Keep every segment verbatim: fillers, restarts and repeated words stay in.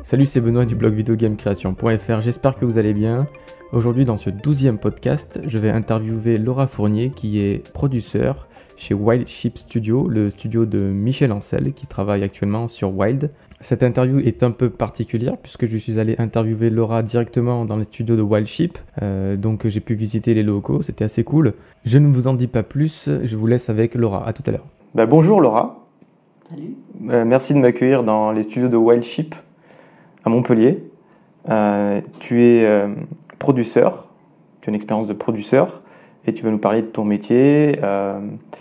Salut, c'est Benoît du blog videogamecreation point f r, j'espère que vous allez bien. Aujourd'hui, dans ce douzième podcast, je vais interviewer Laura Fournier qui est produceur chez Wild Sheep Studio, le studio de Michel Ancel qui travaille actuellement sur Wild. Cette interview est un peu particulière puisque je suis allé interviewer Laura directement dans les studios de Wild Sheep, euh, donc j'ai pu visiter les locaux, c'était assez cool. Je ne vous en dis pas plus, je vous laisse avec Laura, à tout à l'heure. Bah, bonjour Laura. Salut. Euh, merci de m'accueillir dans les studios de Wild Sheep à Montpellier. Euh, tu es euh, producteur, tu as une expérience de producteur et tu vas nous parler de ton métier, euh,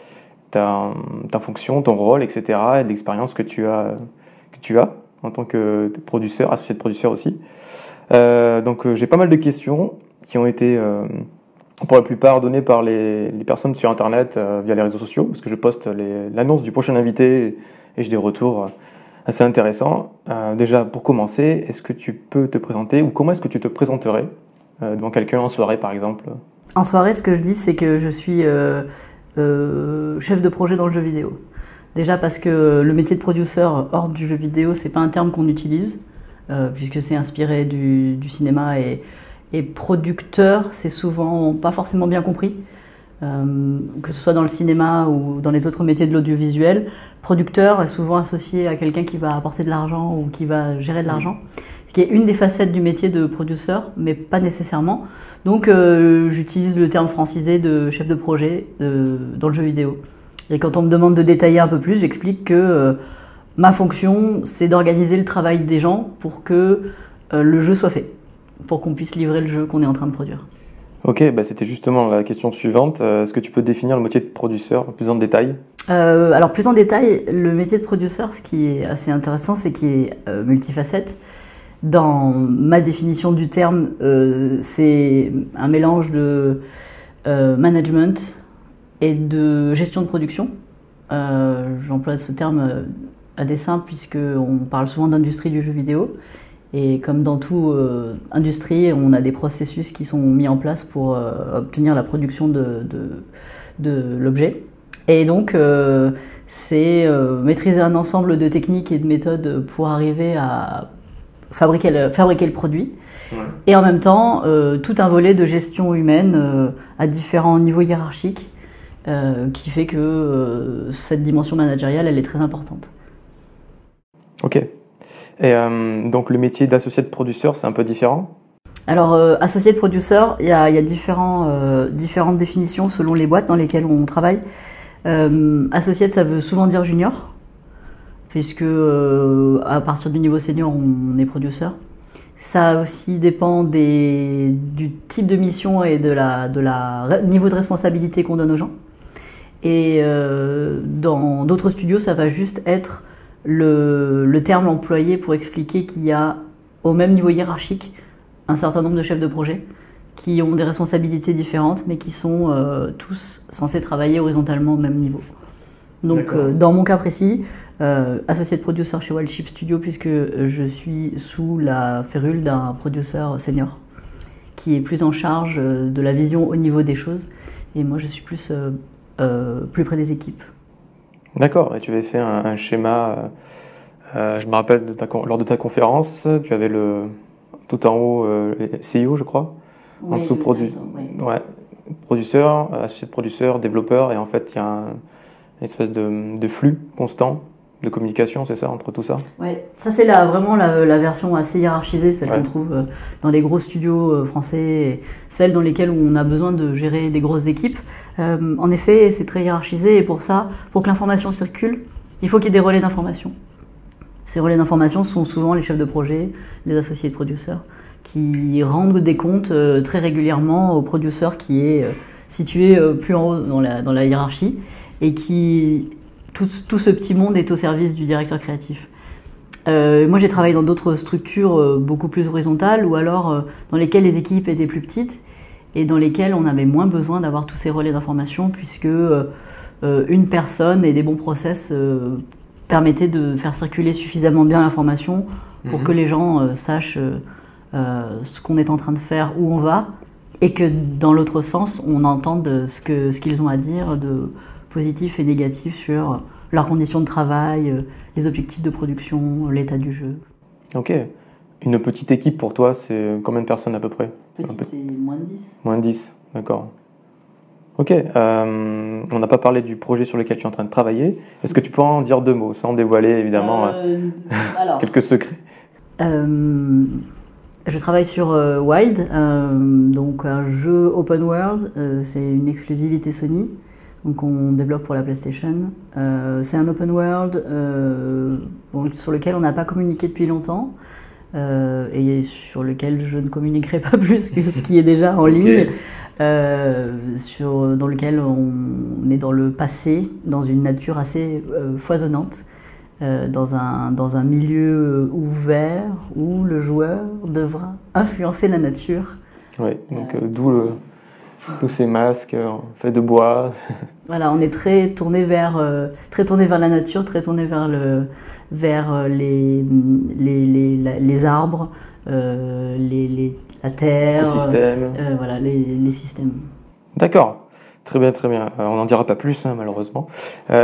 ta, ta fonction, ton rôle, et cetera et de l'expérience que tu as, que tu as en tant que producteur, associé de producteur aussi. Euh, donc euh, j'ai pas mal de questions qui ont été euh, pour la plupart données par les, les personnes sur internet euh, via les réseaux sociaux, parce que je poste les, l'annonce du prochain invité et j'ai des retours euh, assez intéressant. Euh, déjà, pour commencer, est-ce que tu peux te présenter ou comment est-ce que tu te présenterais euh, devant quelqu'un en soirée, par exemple? En soirée, ce que je dis, c'est que je suis euh, euh, chef de projet dans le jeu vidéo. Déjà parce que le métier de producteur hors du jeu vidéo, c'est pas un terme qu'on utilise, euh, puisque c'est inspiré du, du cinéma et, et producteur, c'est souvent pas forcément bien compris. Euh, que ce soit dans le cinéma ou dans les autres métiers de l'audiovisuel, producteur est souvent associé à quelqu'un qui va apporter de l'argent ou qui va gérer de l'argent, ce qui est une des facettes du métier de producteur, mais pas nécessairement. Donc euh, j'utilise le terme francisé de chef de projet euh, dans le jeu vidéo. Et quand on me demande de détailler un peu plus, j'explique que euh, ma fonction, c'est d'organiser le travail des gens pour que euh, le jeu soit fait, pour qu'on puisse livrer le jeu qu'on est en train de produire. Ok, bah c'était justement la question suivante. Euh, est-ce que tu peux définir le métier de producteur plus en détail? euh, Alors plus en détail, le métier de producteur, ce qui est assez intéressant, c'est qu'il est euh, multifacette. Dans ma définition du terme, euh, c'est un mélange de euh, management et de gestion de production. Euh, j'emploie ce terme à dessein puisqu'on parle souvent d'industrie du jeu vidéo. Et comme dans toute euh, industrie, on a des processus qui sont mis en place pour euh, obtenir la production de, de, de l'objet. Et donc, euh, c'est euh, maîtriser un ensemble de techniques et de méthodes pour arriver à fabriquer le, fabriquer le produit. Ouais. Et en même temps, euh, tout un volet de gestion humaine euh, à différents niveaux hiérarchiques euh, qui fait que euh, cette dimension managériale, elle est très importante. Ok. Et euh, donc le métier d'associé de producteur, c'est un peu différent? Alors, euh, associé de producteur, il y a, y a différents, euh, différentes définitions selon les boîtes dans lesquelles on travaille. Euh, associé, ça veut souvent dire junior, puisque euh, à partir du niveau senior, on est producteur. Ça aussi dépend des, du type de mission et de la, de la niveau de responsabilité qu'on donne aux gens. Et euh, dans d'autres studios, ça va juste être Le, le terme employé pour expliquer qu'il y a au même niveau hiérarchique un certain nombre de chefs de projet qui ont des responsabilités différentes mais qui sont euh, tous censés travailler horizontalement au même niveau. Donc euh, dans mon cas précis, euh, associé de producteur chez Wild Sheep Studio puisque je suis sous la férule d'un producteur senior qui est plus en charge de la vision au niveau des choses et moi je suis plus, euh, euh, plus près des équipes. D'accord, et tu avais fait un, un schéma, euh, je me rappelle, de ta, lors de ta conférence, tu avais le, tout en haut euh, C E O, je crois, oui, en dessous produ- oui. ouais, producteur, associé de producteur, développeur, et en fait il y a un, une espèce de, de flux constant de communication, c'est ça, entre tout ça? Oui, ça c'est la, vraiment la, la version assez hiérarchisée, celle ouais. qu'on trouve dans les gros studios français, celle dans lesquelles on a besoin de gérer des grosses équipes. Euh, en effet, c'est très hiérarchisé et pour ça, pour que l'information circule, il faut qu'il y ait des relais d'information. Ces relais d'information sont souvent les chefs de projet, les associés de producteurs, qui rendent des comptes euh, très régulièrement au producteur qui est euh, situé euh, plus en haut dans la, dans la hiérarchie et qui... Tout, tout ce petit monde est au service du directeur créatif. Euh, moi, j'ai travaillé dans d'autres structures euh, beaucoup plus horizontales ou alors euh, dans lesquelles les équipes étaient plus petites et dans lesquelles on avait moins besoin d'avoir tous ces relais d'information puisque euh, une personne et des bons process euh, permettaient de faire circuler suffisamment bien l'information pour mmh. que les gens euh, sachent euh, ce qu'on est en train de faire, où on va et que dans l'autre sens, on entende ce, que, ce qu'ils ont à dire de positifs et négatifs sur leurs conditions de travail, les objectifs de production, l'état du jeu. Ok. Une petite équipe pour toi, c'est combien de personnes à peu près? Petite, c'est moins de dix. Moins de dix, d'accord. Ok, euh, on n'a pas parlé du projet sur lequel tu es en train de travailler. Est-ce que tu peux en dire deux mots, sans dévoiler évidemment euh, alors, quelques secrets? euh, Je travaille sur euh, Wild, euh, donc un jeu open world, euh, c'est une exclusivité Sony, donc on développe pour la PlayStation. Euh, c'est un open world euh, bon, sur lequel on n'a pas communiqué depuis longtemps. Euh, et sur lequel je ne communiquerai pas plus que ce qui est déjà en ligne, okay. euh, sur, dans lequel on est dans le passé, dans une nature assez euh, foisonnante, euh, dans, un, dans un milieu ouvert où le joueur devra influencer la nature. Oui, donc euh, d'où le, tous ces masques euh, faits de bois. Voilà, on est très tourné vers, euh, très tourné vers la nature, très tourné vers le vers les, les, les, les arbres, euh, les, les, la terre, euh, euh, voilà, les, les systèmes. D'accord, très bien, très bien. Euh, on n'en dira pas plus, hein, malheureusement. Euh,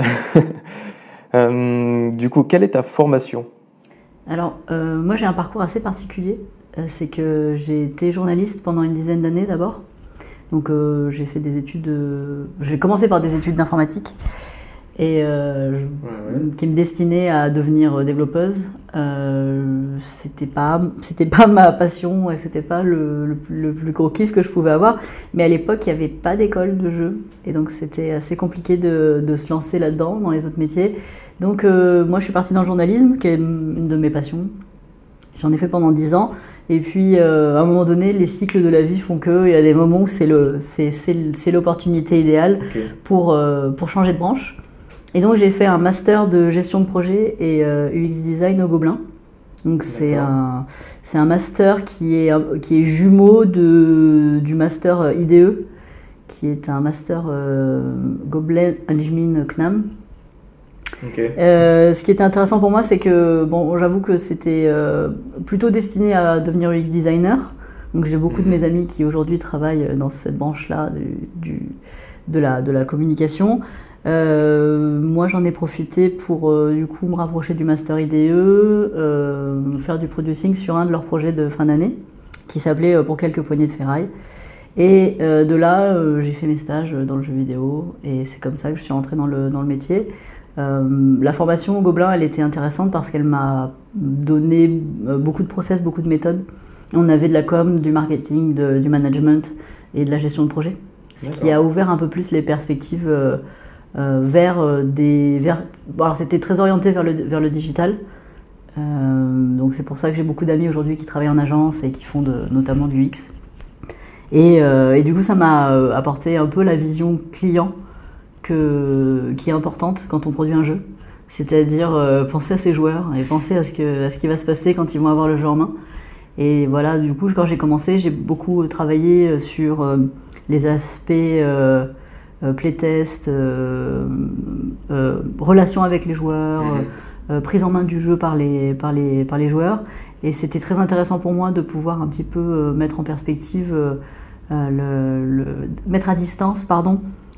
euh, du coup, quelle est ta formation? Alors, euh, moi j'ai un parcours assez particulier. Euh, c'est que j'ai été journaliste pendant une dizaine d'années d'abord. Donc euh, j'ai fait des études, euh, j'ai commencé par des études d'informatique. Et euh, ouais, ouais. qui me destinait à devenir développeuse. Euh, c'était pas, c'était pas ma passion et c'était pas le, le, le plus gros kiff que je pouvais avoir. Mais à l'époque, il n'y avait pas d'école de jeu et donc c'était assez compliqué de, de se lancer là-dedans, dans les autres métiers. Donc euh, moi, je suis partie dans le journalisme, qui est une de mes passions. J'en ai fait pendant dix ans. Et puis, euh, à un moment donné, les cycles de la vie font qu'il y a des moments où c'est, le, c'est, c'est, c'est l'opportunité idéale okay. pour, euh, pour changer de branche. Et donc j'ai fait un master de gestion de projet et euh, U X design au Gobelin. Donc c'est un, c'est un master qui est, qui est jumeau de, du master I D E, qui est un master euh, Gobelin Algemin Knam. Okay. Euh, ce qui était intéressant pour moi, c'est que bon, j'avoue que c'était euh, plutôt destiné à devenir U X designer. Donc j'ai beaucoup mmh. de mes amis qui aujourd'hui travaillent dans cette branche-là du, du, de, la, de la communication. Euh, moi j'en ai profité pour euh, du coup me rapprocher du master I D E, euh, faire du producing sur un de leurs projets de fin d'année qui s'appelait euh, Pour quelques poignées de ferraille. Et euh, de là euh, j'ai fait mes stages dans le jeu vidéo et c'est comme ça que je suis rentrée dans le, dans le métier. Euh, la formation au Gobelin elle était intéressante parce qu'elle m'a donné beaucoup de process, beaucoup de méthodes. On avait de la com, du marketing, de, du management et de la gestion de projet, ce D'accord. qui a ouvert un peu plus les perspectives euh, Euh, vers des vers bon, alors c'était très orienté vers le vers le digital euh, donc c'est pour ça que j'ai beaucoup d'amis aujourd'hui qui travaillent en agence et qui font de, notamment du U X et, euh, et du coup ça m'a apporté un peu la vision client que, qui est importante quand on produit un jeu, c'est-à-dire euh, penser à ses joueurs et penser à ce que à ce qui va se passer quand ils vont avoir le jeu en main. Et voilà, du coup quand j'ai commencé j'ai beaucoup travaillé sur euh, les aspects euh, Euh, playtest, euh, euh, relation avec les joueurs, mmh. euh, prise en main du jeu par les, par les, par les joueurs. Et c'était très intéressant pour moi de pouvoir un petit peu euh, mettre en perspective, euh, le, le, mettre à distance pardon,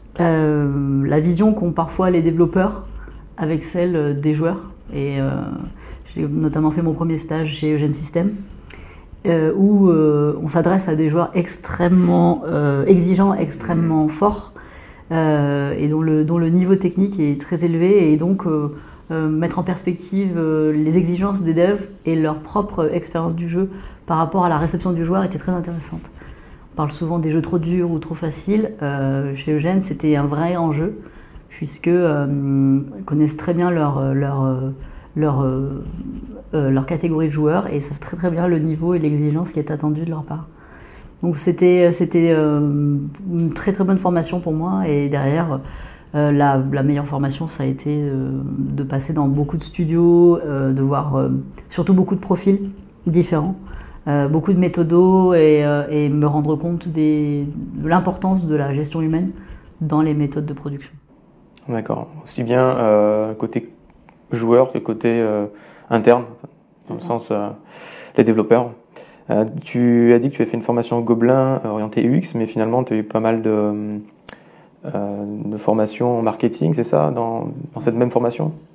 euh, la vision qu'ont parfois les développeurs avec celle des joueurs. Et euh, j'ai notamment fait mon premier stage chez Eugène System. Euh, où euh, on s'adresse à des joueurs extrêmement euh, exigeants, extrêmement mmh. forts. Euh, et dont le, dont le niveau technique est très élevé et donc euh, euh, mettre en perspective euh, les exigences des devs et leur propre expérience du jeu par rapport à la réception du joueur était très intéressante. On parle souvent des jeux trop durs ou trop faciles. Euh, chez Eugène, c'était un vrai enjeu puisque euh, ils connaissent très bien leur, leur, leur, euh, euh, leur catégorie de joueurs et savent très très bien le niveau et l'exigence qui est attendue de leur part. Donc c'était, c'était euh, une très très bonne formation pour moi et derrière euh, la, la meilleure formation ça a été euh, de passer dans beaucoup de studios, euh, de voir euh, surtout beaucoup de profils différents, euh, beaucoup de méthodos et, euh, et me rendre compte des, de l'importance de la gestion humaine dans les méthodes de production. D'accord, aussi bien euh, côté joueur que côté euh, interne, dans le sens euh, les développeurs. Euh, tu as dit que tu as fait une formation au Gobelin euh, orientée U X, mais finalement tu as eu pas mal de, euh, de formations en marketing, c'est ça, dans, dans cette même formation?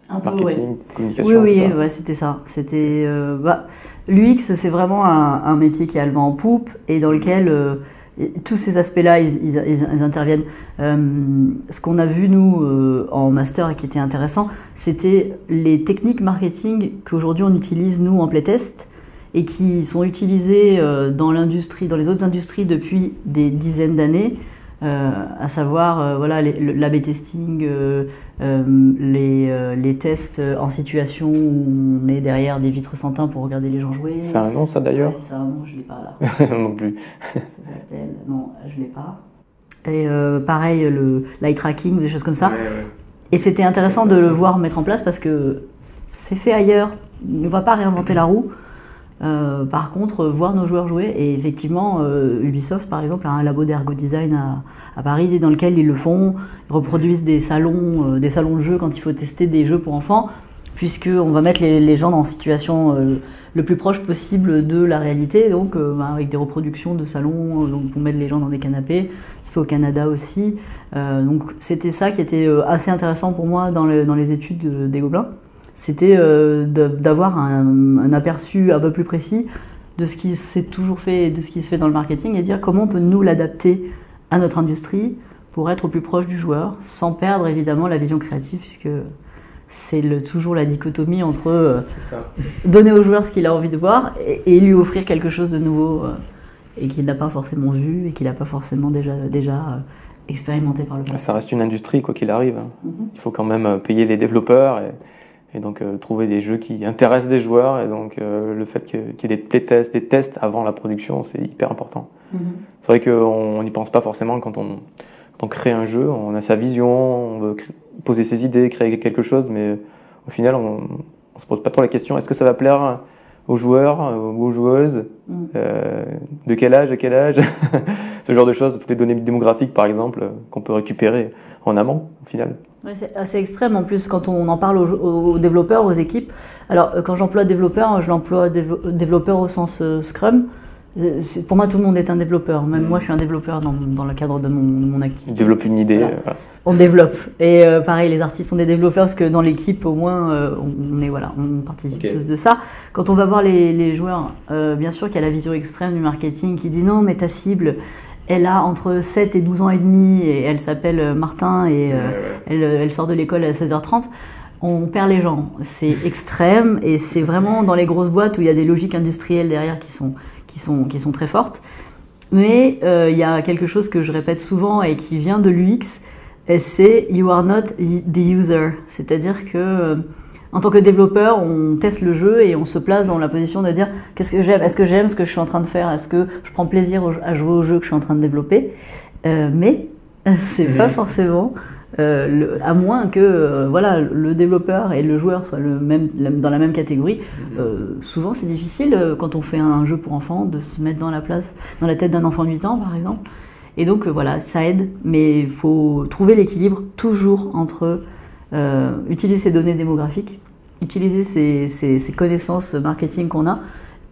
Un peu, marketing, ouais. communication. Oui, tout oui, ça. ouais, c'était ça. C'était, euh, bah, l'U X, c'est vraiment un, un métier qui a le vent en poupe et dans lequel euh, tous ces aspects-là, ils, ils, ils interviennent. Euh, ce qu'on a vu, nous, euh, en master et qui était intéressant, c'était les techniques marketing qu'aujourd'hui on utilise, nous, en playtest et qui sont utilisées euh, dans l'industrie, dans les autres industries depuis des dizaines d'années. Euh, à savoir euh, voilà, l'A B testing, euh, euh, les, euh, les tests en situation où on est derrière des vitres sans teint pour regarder les gens jouer. C'est un nom ça d'ailleurs? Ouais, c'est un nom, je l'ai pas là. Non plus. Ça s'appelle, non, je l'ai pas. Et euh, pareil, le l'eye tracking, des choses comme ça. Ouais, ouais. Et c'était intéressant de le voir mettre en place parce que c'est fait ailleurs, on ne va pas réinventer la roue. Euh, par contre, voir nos joueurs jouer, et effectivement, euh, Ubisoft par exemple a un labo d'ergo design à, à Paris dans lequel ils le font, ils reproduisent des salons, euh, des salons de jeux quand il faut tester des jeux pour enfants, puisqu'on va mettre les, les gens en situation euh, le plus proche possible de la réalité, donc euh, bah, avec des reproductions de salons, euh, donc pour mettre les gens dans des canapés, ça se fait au Canada aussi, euh, donc c'était ça qui était euh, assez intéressant pour moi dans, le, dans les études de, des Gobelins. C'était euh, d'avoir un, un aperçu un peu plus précis de ce qui s'est toujours fait et de ce qui se fait dans le marketing et dire comment on peut nous l'adapter à notre industrie pour être au plus proche du joueur, sans perdre évidemment la vision créative, puisque c'est le, toujours la dichotomie entre euh, donner au joueur ce qu'il a envie de voir et, et lui offrir quelque chose de nouveau euh, et qu'il n'a pas forcément vu et qu'il n'a pas forcément déjà, déjà euh, expérimenté par le passé. Ça reste une industrie quoi qu'il arrive. Mm-hmm. Il faut quand même payer les développeurs et... Et donc euh, trouver des jeux qui intéressent des joueurs, et donc euh, le fait qu'il y ait des playtests, des tests avant la production, c'est hyper important. Mm-hmm. C'est vrai qu'on n'y pense pas forcément quand on, quand on crée un jeu, on a sa vision, on veut poser ses idées, créer quelque chose, mais au final on ne se pose pas trop la question, est-ce que ça va plaire aux joueurs ou aux joueuses, mm. euh, de quel âge à quel âge, ce genre de choses, toutes les données démographiques par exemple, qu'on peut récupérer en amont au final. Ouais, c'est assez extrême en plus quand on en parle aux, aux développeurs, aux équipes. Alors quand j'emploie développeur, je l'emploie développeur au sens euh, Scrum. C'est, pour moi, tout le monde est un développeur. Même mmh. moi, je suis un développeur dans, dans le cadre de mon, de mon activité. On développe une idée. Voilà. Voilà. On développe. Et euh, pareil, les artistes sont des développeurs parce que dans l'équipe, au moins, euh, on est voilà, on participe okay. tous de ça. Quand on va voir les, les joueurs, euh, bien sûr qu'il y a la vision extrême du marketing qui dit non, mais ta cible, elle a entre sept et douze ans et demi et elle s'appelle Martin et euh, ouais, ouais. Elle, elle sort de l'école à seize heures trente. On perd les gens. C'est extrême et c'est vraiment dans les grosses boîtes où il y a des logiques industrielles derrière qui sont, qui sont, qui sont très fortes. Mais euh, il y a quelque chose que je répète souvent et qui vient de l'U X, c'est « you are not the user ». C'est-à-dire que euh, en tant que développeur, on teste le jeu et on se place dans la position de dire qu'est-ce que j'aime, est-ce que j'aime ce que je suis en train de faire, est-ce que je prends plaisir à jouer au jeu que je suis en train de développer, euh, mais c'est mmh. pas forcément, euh, le, à moins que euh, voilà, le développeur et le joueur soient le même, dans la même catégorie. Mmh. Euh, souvent, c'est difficile euh, quand on fait un jeu pour enfants de se mettre dans la place, dans la tête d'un enfant de huit ans, par exemple. Et donc euh, voilà, ça aide, mais il faut trouver l'équilibre toujours entre Euh, utiliser ces données démographiques, utiliser ces, ces, ces connaissances marketing qu'on a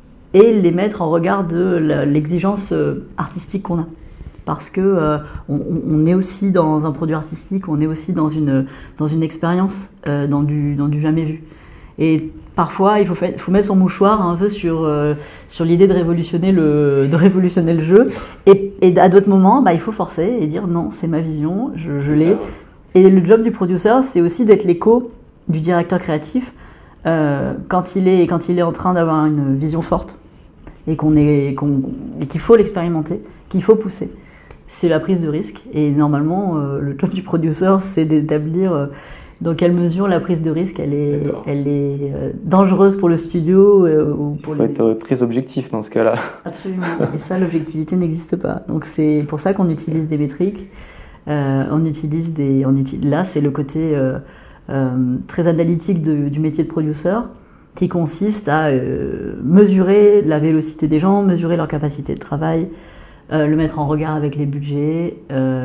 et les mettre en regard de la, l'exigence artistique qu'on a. Parce que euh, on, on est aussi dans un produit artistique, on est aussi dans une, dans une expérience, euh, dans, du, dans du jamais vu. Et parfois, il faut, fait, faut mettre son mouchoir un peu sur, euh, sur l'idée de révolutionner le, de révolutionner le jeu. Et, et à d'autres moments, bah, il faut forcer et dire non, c'est ma vision, je, je l'ai. Et le job du producer, c'est aussi d'être l'écho du directeur créatif euh, quand, il est, quand il est en train d'avoir une vision forte et, qu'on est, qu'on, et qu'il faut l'expérimenter, qu'il faut pousser. C'est la prise de risque. Et normalement, euh, le job du producer, c'est d'établir euh, dans quelle mesure la prise de risque, elle est, elle est euh, dangereuse pour le studio. Euh, ou pour il faut les... être très objectif dans ce cas-là. Absolument. Et ça, l'objectivité n'existe pas. Donc c'est pour ça qu'on utilise des métriques. Euh, on utilise des, on utilise, là, c'est le côté euh, euh, très analytique de, du métier de producer qui consiste à euh, mesurer la vélocité des gens, mesurer leur capacité de travail, euh, le mettre en regard avec les budgets.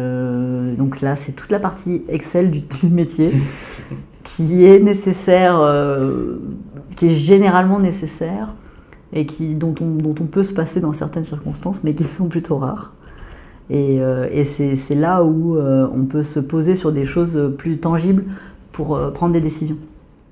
Euh, donc là, c'est toute la partie Excel du, du métier qui est nécessaire, euh, qui est généralement nécessaire et qui, dont, on, dont on peut se passer dans certaines circonstances, mais qui sont plutôt rares. Et, euh, et c'est, c'est là où euh, on peut se poser sur des choses plus tangibles pour euh, prendre des décisions.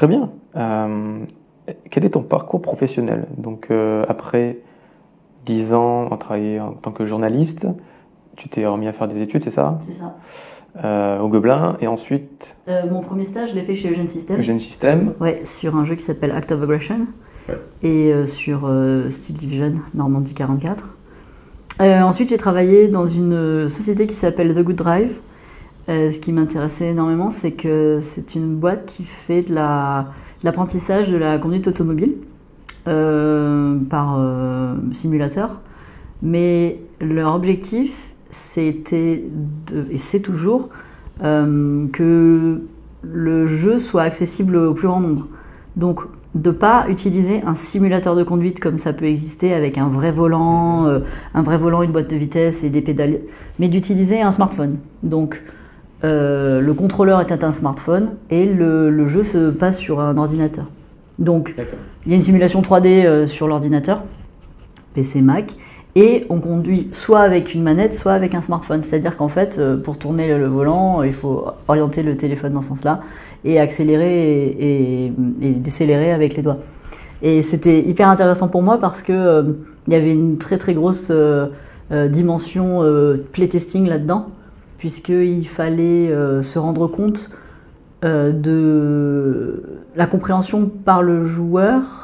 Très bien. Euh, quel est ton parcours professionnel? Donc, euh, après dix ans à travailler en tant que journaliste, tu t'es remis à faire des études, c'est ça? C'est ça. Euh, au Gobelin, et ensuite euh, Mon premier stage, je l'ai fait chez Eugene System. Eugene System. Ouais, sur un jeu qui s'appelle Act of Aggression. Ouais. Et euh, sur euh, Steel Division, Normandie quarante-quatre. Euh, ensuite, j'ai travaillé dans une société qui s'appelle The Good Drive. Euh, ce qui m'intéressait énormément, c'est que c'est une boîte qui fait de, la, de l'apprentissage de la conduite automobile euh, par euh, simulateur. Mais leur objectif, c'était, de, et c'est toujours, euh, que le jeu soit accessible au plus grand nombre. Donc, de ne pas utiliser un simulateur de conduite comme ça peut exister avec un vrai volant, euh, un vrai volant, une boîte de vitesse et des pédales, mais d'utiliser un smartphone. Donc, euh, le contrôleur est un smartphone et le, le jeu se passe sur un ordinateur. Donc, D'accord. Il y a une simulation trois D euh, sur l'ordinateur, P C, Mac, et on conduit soit avec une manette, soit avec un smartphone. C'est-à-dire qu'en fait, euh, pour tourner le, le volant, il faut orienter le téléphone dans ce sens-là et accélérer et, et, et décélérer avec les doigts. Et c'était hyper intéressant pour moi parce que euh, il y avait une très très grosse euh, euh, dimension euh, playtesting là-dedans, puisqu'il fallait euh, se rendre compte euh, de la compréhension par le joueur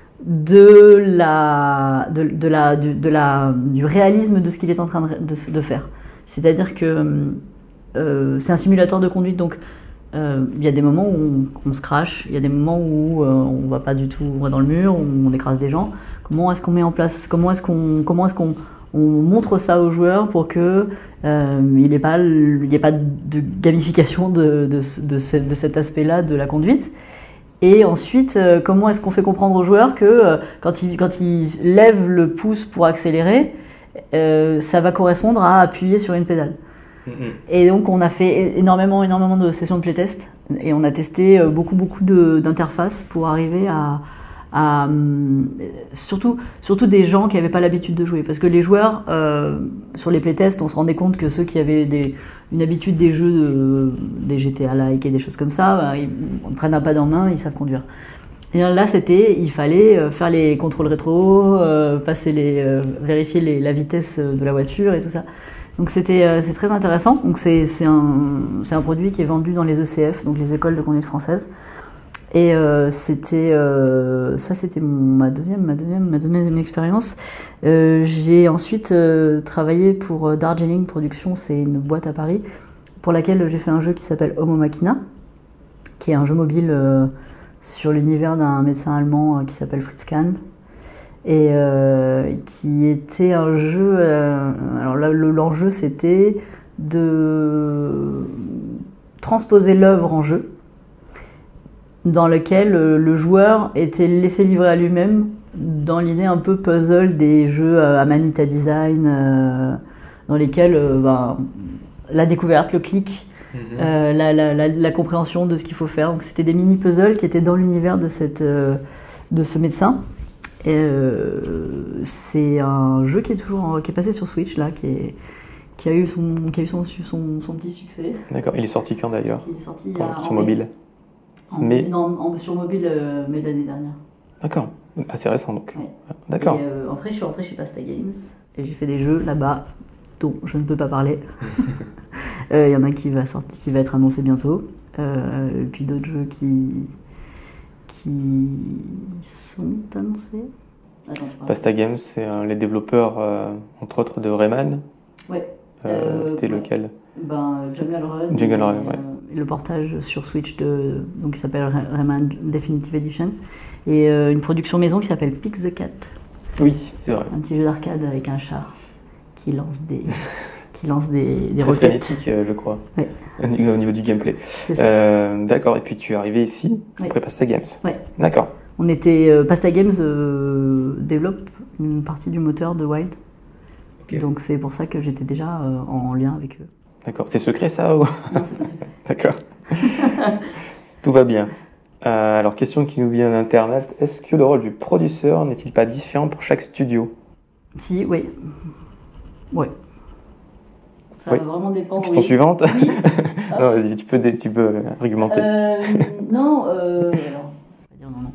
de la, de, de la, du, de la, du réalisme de ce qu'il est en train de, de, de faire. C'est-à-dire que euh, c'est un simulateur de conduite, donc il euh, y a des moments où on, on se crache, il y a des moments où euh, on va pas du tout, on va dans le mur, on, on écrase des gens. Comment est-ce qu'on met en place, comment est-ce qu'on, comment est-ce qu'on on montre ça aux joueurs pour que euh, il n'y ait pas, il n'y ait pas de gamification de, de, de, ce, de cet aspect-là de la conduite. Et ensuite, euh, comment est-ce qu'on fait comprendre aux joueurs que euh, quand ils quand ils lèvent le pouce pour accélérer, euh, ça va correspondre à appuyer sur une pédale. Mm-hmm. Et donc, on a fait énormément, énormément de sessions de playtest et on a testé beaucoup, beaucoup de, d'interfaces pour arriver à, à surtout, surtout des gens qui n'avaient pas l'habitude de jouer. Parce que les joueurs, euh, sur les playtests, on se rendait compte que ceux qui avaient des une habitude des jeux, de, des G T A-like et des choses comme ça, bah, ils prennent un pad en main, ils savent conduire. Et là, c'était, il fallait faire les contrôles rétro, euh, passer les, euh, vérifier les, la vitesse de la voiture et tout ça. Donc c'était, euh, c'est très intéressant. Donc c'est, c'est, un, c'est un produit qui est vendu dans les E C F, donc les écoles de conduite françaises. Et euh, c'était, euh, ça c'était mon, ma deuxième, ma deuxième, ma deuxième expérience. Euh, j'ai ensuite euh, travaillé pour Darjeeling Productions, c'est une boîte à Paris, pour laquelle j'ai fait un jeu qui s'appelle Homo Machina, qui est un jeu mobile euh, sur l'univers d'un médecin allemand euh, qui s'appelle Fritz Kahn, et euh, qui était un jeu. Euh, alors là, le, l'enjeu c'était de transposer l'œuvre en jeu, dans lequel le joueur était laissé livrer à lui-même dans l'idée un peu puzzle des jeux à Manita Design, euh, dans lesquels euh, ben, la découverte, le clic, mm-hmm. euh, la, la, la, la compréhension de ce qu'il faut faire. Donc c'était des mini-puzzles qui étaient dans l'univers de, cette, euh, de ce médecin. Et, euh, c'est un jeu qui est toujours qui est passé sur Switch là, qui, est, qui a eu son, qui a eu son, son, son petit succès. D'accord. Il est sorti quand d'ailleurs? Il est sorti quand, à, sur mobile. En, mais... Non, en, sur mobile, euh, mais l'année dernière. D'accord, assez récent donc. Ouais. D'accord. Et euh, après, je suis rentrée chez Pasta Games et j'ai fait des jeux là-bas dont je ne peux pas parler. Il euh, y en a qui va, sortir, qui va être annoncé bientôt. Euh, et puis d'autres jeux qui, qui sont annoncés. Attends, Pasta Games, c'est euh, les développeurs, euh, entre autres, de Rayman. Ouais. Euh, c'était ouais. lequel? Ben, Jungle Run. Jungle et, Run, ouais. Euh, le portage sur Switch de, donc, qui s'appelle Rayman Definitive Edition. Et euh, une production maison qui s'appelle Pick the Cat. Oui, c'est vrai. Un petit jeu d'arcade avec un chat qui lance des, qui lance des, des Très roquettes. frénétique, euh, je crois, ouais. au niveau du gameplay. Euh, d'accord, et puis tu es arrivé ici, ouais. après Pasta Games. Ouais. D'accord. On était, euh, Pasta Games euh, développe une partie du moteur de Wild. Okay. Donc c'est pour ça que j'étais déjà euh, en lien avec eux. D'accord. C'est secret ça ou... Non, c'est pas secret. D'accord. Tout va bien. Euh, alors, question qui nous vient d'Internet. Est-ce que le rôle du producteur n'est-il pas différent pour chaque studio? Si, oui. Oui. Ça oui. va vraiment dépendre. Question oui. suivante. Oui. Non, vas-y, tu peux, tu peux argumenter. Euh, Non, euh, alors, on va dire non, non.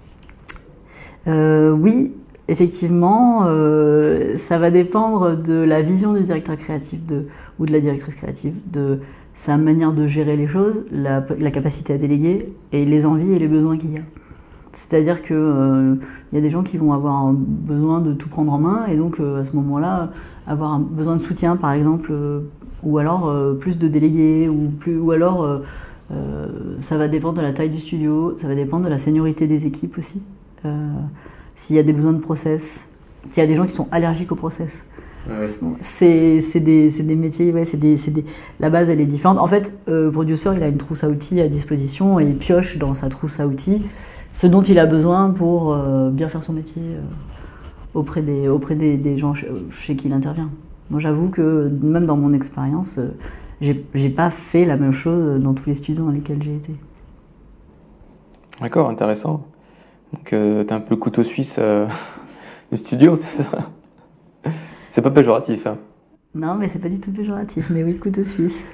Euh, oui, effectivement, euh, ça va dépendre de la vision du directeur créatif de, ou de la directrice créative, de sa manière de gérer les choses, la, la capacité à déléguer et les envies et les besoins qu'il y a. C'est-à-dire qu'il euh, y a des gens qui vont avoir besoin de tout prendre en main et donc euh, à ce moment-là, avoir un besoin de soutien par exemple, euh, ou alors euh, plus de délégués, ou, plus, ou alors euh, euh, ça va dépendre de la taille du studio, ça va dépendre de la seniorité des équipes aussi. Euh, s'il y a des besoins de process, s'il y a des gens qui sont allergiques au process. Ah oui. C'est, c'est, des, c'est des métiers, ouais, c'est des, c'est des, la base elle est différente. En fait, le euh, producer il a une trousse à outils à disposition et il pioche dans sa trousse à outils ce dont il a besoin pour euh, bien faire son métier euh, auprès, des, auprès des, des gens chez, chez qui il intervient. Moi j'avoue que même dans mon expérience, euh, j'ai, j'ai pas fait la même chose dans tous les studios dans lesquels j'ai été. D'accord, intéressant. Donc euh, t'es un peu le couteau suisse euh, du studio, c'est ça? C'est pas péjoratif. Hein. Non, mais c'est pas du tout péjoratif, mais oui, le couteau suisse.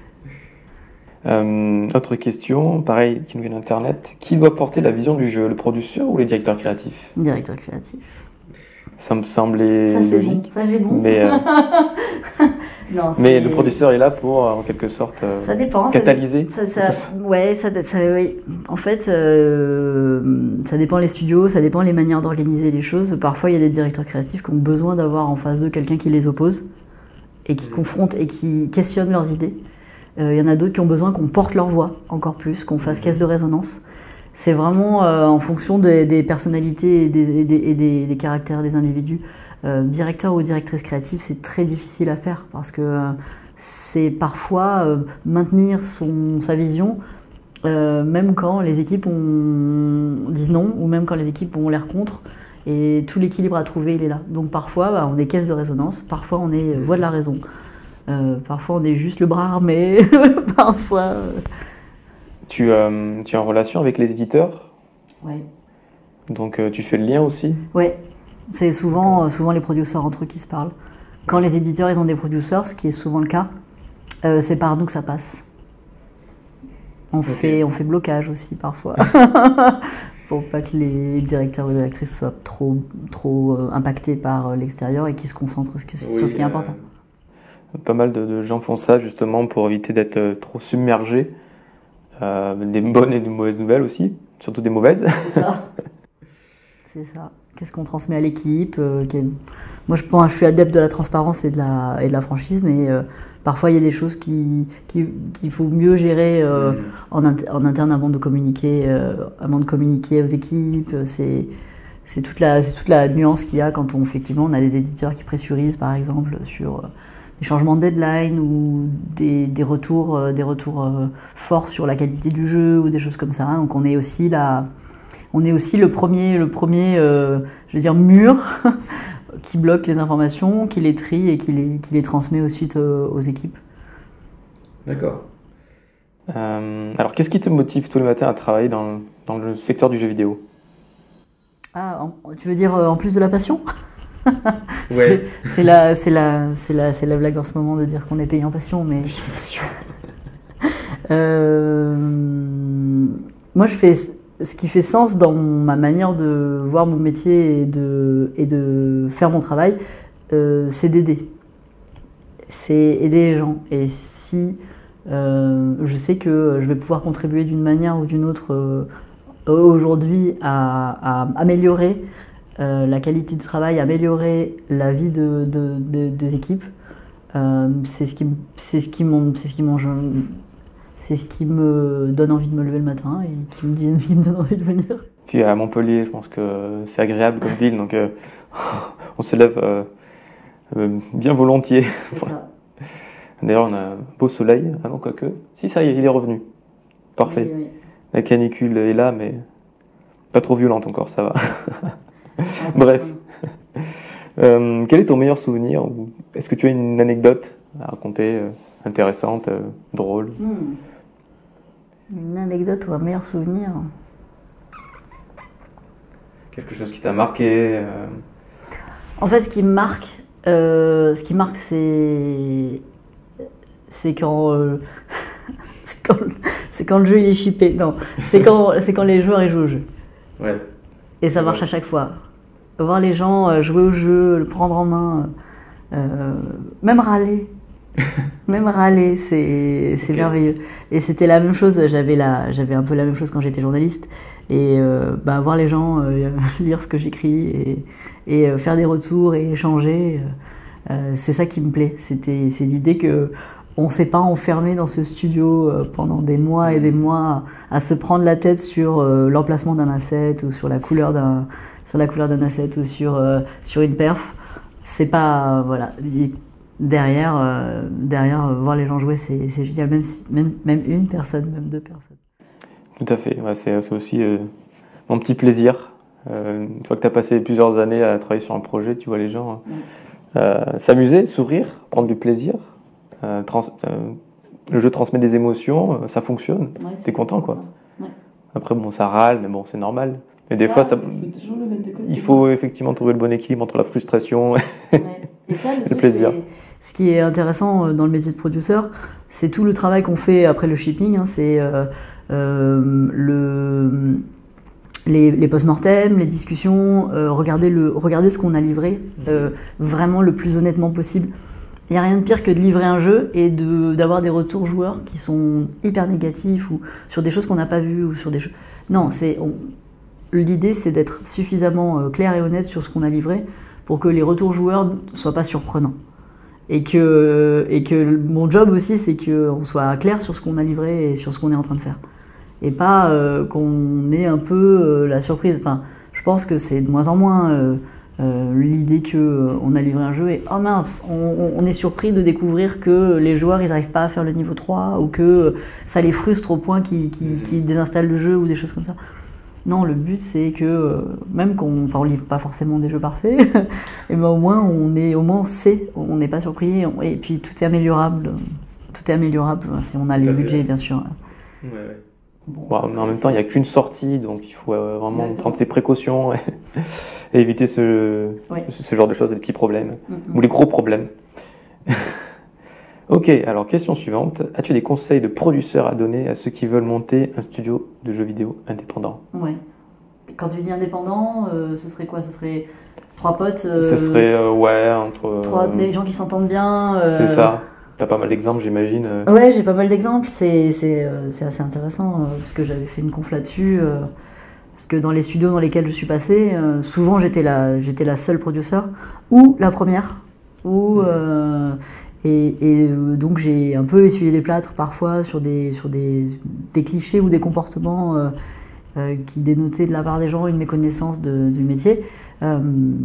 Euh, autre question, pareil, qui nous vient d'Internet. Qui doit porter la vision du jeu, le producteur ou le directeur créatif? Directeur créatif. Ça me semblait ça, c'est logique. Bon. Ça, j'ai bon. Mais, euh, non, mais le producteur est là pour, en quelque sorte, euh, ça dépend, catalyser. Ça, ça, ça, ouais, ça, ça, oui. En fait, euh, ça dépend les studios, ça dépend les manières d'organiser les choses. Parfois, il y a des directeurs créatifs qui ont besoin d'avoir en face d'eux quelqu'un qui les oppose et qui confronte et qui questionne leurs idées. Il euh, y en a d'autres qui ont besoin qu'on porte leur voix encore plus, qu'on fasse caisse de résonance. C'est vraiment euh, en fonction des, des personnalités et, des, et, des, et des, des caractères des individus. Euh, directeur ou directrice créative, c'est très difficile à faire parce que euh, c'est parfois euh, maintenir son, sa vision, euh, même quand les équipes ont, disent non ou même quand les équipes ont l'air contre. Et tout l'équilibre à trouver, il est là. Donc parfois, bah, on est caisse de résonance, parfois on est voix de la raison. Euh, parfois on est juste le bras armé, parfois... Euh... Tu, euh, tu es en relation avec les éditeurs? Oui. Donc euh, tu fais le lien aussi? Oui, c'est souvent, euh, souvent les producteurs entre eux qui se parlent. Quand les éditeurs ils ont des producteurs, ce qui est souvent le cas, euh, c'est par nous que ça passe. On, okay. fait, on fait blocage aussi parfois, pour pas que les directeurs ou directrices soient trop, trop euh, impactés par l'extérieur et qu'ils se concentrent sur, oui, sur ce qui est important. Euh, pas mal de, de gens font ça justement pour éviter d'être euh, trop submergés. Euh, des bonnes et des mauvaises nouvelles aussi, surtout des mauvaises. C'est ça. C'est ça. Qu'est-ce qu'on transmet à l'équipe euh, est... Moi, je pense, je suis adepte de la transparence et de la, et de la franchise, mais euh, parfois, il y a des choses qui, qui, qu'il faut mieux gérer euh, mmh. en, inter, en interne avant de communiquer, euh, avant de communiquer aux équipes. C'est, c'est, toute la, c'est toute la nuance qu'il y a quand on, effectivement, on a des éditeurs qui pressurisent, par exemple, sur... Euh, des changements de deadline ou des, des retours, euh, des retours euh, forts sur la qualité du jeu ou des choses comme ça. Donc on est aussi là, on est aussi le premier, le premier, euh, je veux dire mur qui bloque les informations, qui les trie et qui les, qui les transmet ensuite euh, aux équipes. D'accord. Euh, alors qu'est-ce qui te motive tous les matins à travailler dans, dans le secteur du jeu vidéo? Ah, en, tu veux dire euh, en plus de la passion? Ouais. c'est, c'est, la, c'est, la, c'est, la, c'est la blague en ce moment de dire qu'on est payé en passion, mais... euh, moi, je fais ce qui fait sens dans ma manière de voir mon métier et de, et de faire mon travail, euh, c'est d'aider. C'est aider les gens. Et si euh, je sais que je vais pouvoir contribuer d'une manière ou d'une autre euh, aujourd'hui à, à améliorer Euh, la qualité du travail, améliorer la vie de, de, de, des équipes, euh, c'est ce qui, c'est ce qui m'en, c'est ce qui m'en, c'est ce qui me donne envie de me lever le matin et qui me, dit, qui me donne envie de venir. Puis à Montpellier, je pense que c'est agréable comme ville, donc euh, on se lève euh, euh, bien volontiers. C'est ça. D'ailleurs, on a un beau soleil. Ah non, quoique. Si, ça y est, il est revenu. Parfait. Oui, oui. La canicule est là, mais pas trop violente encore, ça va. Bref. Euh, quel est ton meilleur souvenir? Est-ce que tu as une anecdote à raconter, euh, intéressante, euh, drôle? hmm. Une anecdote ou un meilleur souvenir? Quelque chose qui t'a marqué euh... En fait, ce qui me marque, euh, ce qui marque, c'est, c'est quand, euh, c'est quand, c'est quand le jeu il est shippé. Non, c'est quand, c'est quand les joueurs ils jouent au jeu. Ouais. Et ça marche à chaque fois. Voir les gens jouer au jeu, le prendre en main, euh, même râler. Même râler, c'est okay. merveilleux. Et c'était la même chose, j'avais j'avais un peu la même chose quand j'étais journaliste. Et euh, bah, voir les gens euh, lire ce que j'écris et, et euh, faire des retours et échanger, euh, c'est ça qui me plaît. C'était, c'est l'idée que on ne s'est pas enfermé dans ce studio euh, pendant des mois et des mois à, à se prendre la tête sur euh, l'emplacement d'un asset ou sur la couleur d'un sur la couleur d'un asset ou sur euh, sur une perf. C'est pas euh, voilà. Derrière, euh, derrière euh, voir les gens jouer, c'est génial, même, si, même, même une personne, même deux personnes. Tout à fait, ouais, c'est aussi euh, mon petit plaisir. Euh, une fois que tu as passé plusieurs années à travailler sur un projet, tu vois les gens euh, s'amuser, sourire, prendre du plaisir. Euh, trans euh, le jeu transmet des émotions, ça fonctionne, ouais, tu es content quoi. Ouais. Après, bon, ça râle, mais bon, c'est normal. Mais des ça, fois, ça, il faut, toujours le mettre de côté, il faut effectivement trouver le bon équilibre entre la frustration ouais. et ça, le, le plaisir. Ce qui est intéressant dans le métier de producteur, c'est tout le travail qu'on fait après le shipping. Hein, c'est euh, euh, le, les, les post-mortem, les discussions, euh, regarder, le, regarder ce qu'on a livré euh, vraiment le plus honnêtement possible. Il n'y a rien de pire que de livrer un jeu et d'avoir des retours joueurs qui sont hyper négatifs ou sur des choses qu'on n'a pas vues ou sur des choses. Non, c'est l'idée, c'est d'être suffisamment clair et honnête sur ce qu'on a livré pour que les retours joueurs ne soient pas surprenants. Et que, et que mon job aussi, c'est qu'on soit clair sur ce qu'on a livré et sur ce qu'on est en train de faire. Et pas euh, qu'on ait un peu euh, la surprise. Enfin, je pense que c'est de moins en moins euh, euh, l'idée qu'on euh, a livré un jeu et « Oh mince, on, on est surpris de découvrir que les joueurs, ils n'arrivent pas à faire le niveau trois ou que ça les frustre au point qu'ils qu'ils, qu'ils désinstallent le jeu ou des choses comme ça. » Non, le but c'est que euh, même qu'on, enfin, on livre pas forcément des jeux parfaits, et ben au moins on est, au moins on sait, on n'est pas surpris, on, et puis tout est améliorable, tout est améliorable si on a les budgets bien sûr. Ouais, ouais. Bon, bon, mais en même temps il n'y a qu'une sortie, donc il faut euh, vraiment Exactement. prendre ses précautions et, et éviter ce, ouais. ce, ce genre de choses, les petits problèmes mm-hmm. ou les gros problèmes. Ok, alors question suivante. As-tu des conseils de producteurs à donner à ceux qui veulent monter un studio de jeux vidéo indépendant? Ouais. Quand tu dis indépendant, euh, ce serait quoi? Ce serait trois potes euh, Ce serait, euh, ouais, entre... Trois, euh, des gens qui s'entendent bien. Euh... C'est ça. T'as pas mal d'exemples, j'imagine. Euh... Ouais, j'ai pas mal d'exemples. C'est euh, assez intéressant, euh, parce que j'avais fait une conf là-dessus. Euh, parce que dans les studios dans lesquels je suis passée, euh, souvent j'étais la, j'étais la seule producteur, ou la première, ou... Euh, Et, et donc j'ai un peu essuyé les plâtres parfois sur des, sur des, des clichés ou des comportements euh, euh, qui dénotaient de la part des gens une méconnaissance de, du métier. Euh,